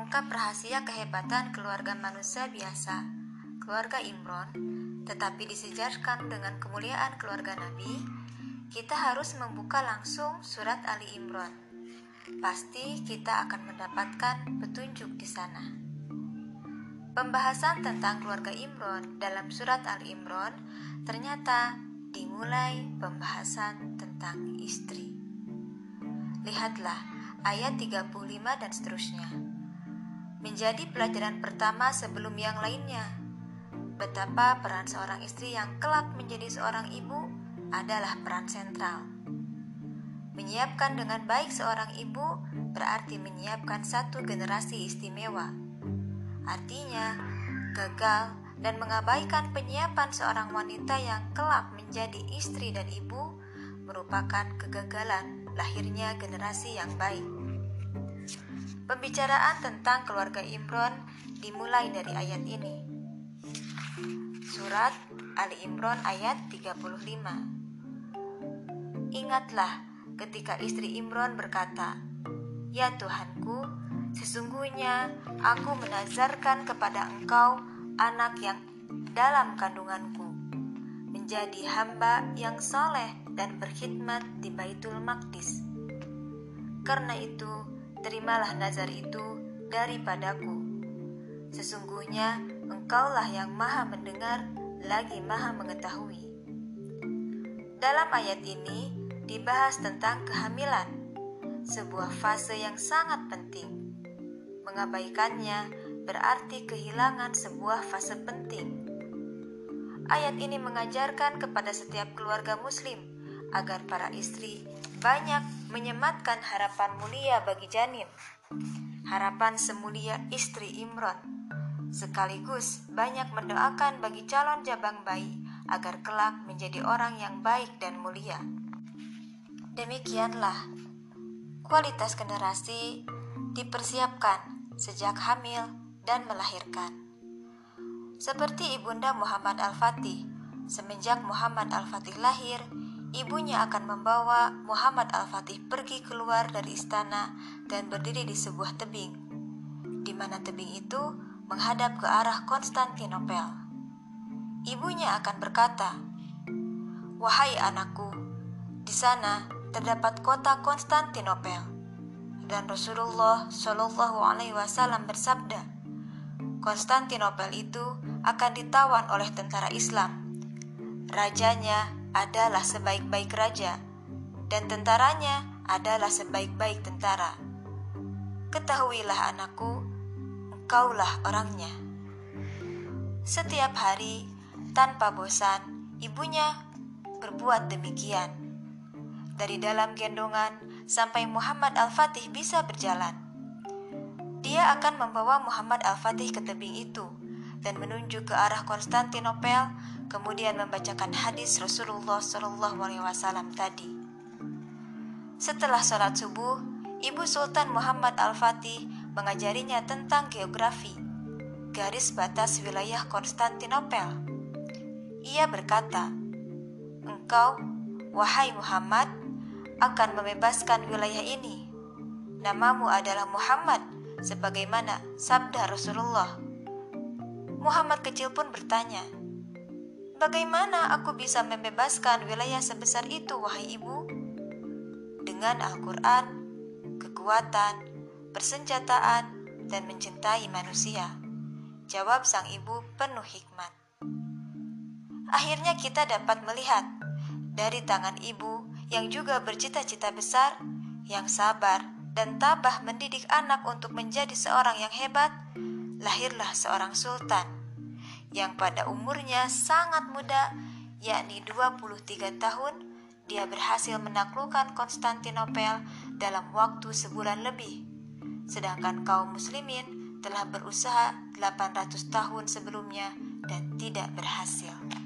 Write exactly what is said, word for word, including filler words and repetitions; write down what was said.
menangkap rahasia kehebatan keluarga manusia biasa, keluarga Imron, tetapi disejarkan dengan kemuliaan keluarga Nabi, kita harus membuka langsung surat Ali Imron. Pasti kita akan mendapatkan petunjuk di sana. Pembahasan tentang keluarga Imron dalam surat Ali Imron ternyata dimulai pembahasan tentang istri. Lihatlah ayat tiga puluh lima dan seterusnya. Menjadi pelajaran pertama sebelum yang lainnya, betapa peran seorang istri yang kelak menjadi seorang ibu adalah peran sentral. Menyiapkan dengan baik seorang ibu berarti menyiapkan satu generasi istimewa. Artinya, gagal dan mengabaikan penyiapan seorang wanita yang kelak menjadi istri dan ibu merupakan kegagalan lahirnya generasi yang baik. Pembicaraan tentang keluarga Imron dimulai dari ayat ini. Surat Ali Imron ayat tiga puluh lima. Ingatlah ketika istri Imron berkata, "Ya Tuhanku, sesungguhnya aku menazarkan kepada Engkau anak yang dalam kandunganku, menjadi hamba yang saleh dan berkhidmat di Baitul Maqdis. Karena itu, terimalah nazar itu daripadaku. Sesungguhnya Engkaulah yang maha mendengar lagi maha mengetahui." Dalam ayat ini dibahas tentang kehamilan, sebuah fase yang sangat penting. Mengabaikannya berarti kehilangan sebuah fase penting. Ayat ini mengajarkan kepada setiap keluarga muslim agar para istri banyak menyematkan harapan mulia bagi janin, harapan semulia istri Imron, sekaligus banyak mendoakan bagi calon jabang bayi agar kelak menjadi orang yang baik dan mulia. Demikianlah kualitas generasi dipersiapkan sejak hamil dan melahirkan. Seperti Ibunda Muhammad Al-Fatih, semenjak Muhammad Al-Fatih lahir, ibunya akan membawa Muhammad Al-Fatih pergi keluar dari istana dan berdiri di sebuah tebing, di mana tebing itu menghadap ke arah Konstantinopel. Ibunya akan berkata, "Wahai anakku, di sana terdapat kota Konstantinopel." Dan Rasulullah Shallallahu Alaihi Wasallam bersabda, Konstantinopel itu akan ditawan oleh tentara Islam. Rajanya adalah sebaik-baik raja, dan tentaranya adalah sebaik-baik tentara. Ketahuilah anakku, engkaulah orangnya. Setiap hari, tanpa bosan, ibunya berbuat demikian. Dari dalam gendongan sampai Muhammad Al-Fatih bisa berjalan. Dia akan membawa Muhammad Al-Fatih ke tebing itu dan menuju ke arah Konstantinopel, kemudian membacakan hadis Rasulullah Shallallahu Alaihi Wasallam tadi. Setelah sholat subuh, Ibu Sultan Muhammad Al-Fatih mengajarinya tentang geografi, garis batas wilayah Konstantinopel. Ia berkata, "Engkau, wahai Muhammad, akan membebaskan wilayah ini. Namamu adalah Muhammad, sebagaimana sabda Rasulullah." Muhammad kecil pun bertanya, "Bagaimana aku bisa membebaskan wilayah sebesar itu, wahai ibu?" "Dengan Al-Quran, kekuatan, persenjataan, dan mencintai manusia," jawab sang ibu penuh hikmat. Akhirnya kita dapat melihat dari tangan ibu yang juga bercita-cita besar, yang sabar dan tabah mendidik anak untuk menjadi seorang yang hebat, lahirlah seorang sultan yang pada umurnya sangat muda, yakni dua puluh tiga tahun, dia berhasil menaklukkan Konstantinopel dalam waktu sebulan lebih, sedangkan kaum muslimin telah berusaha delapan ratus tahun sebelumnya dan tidak berhasil.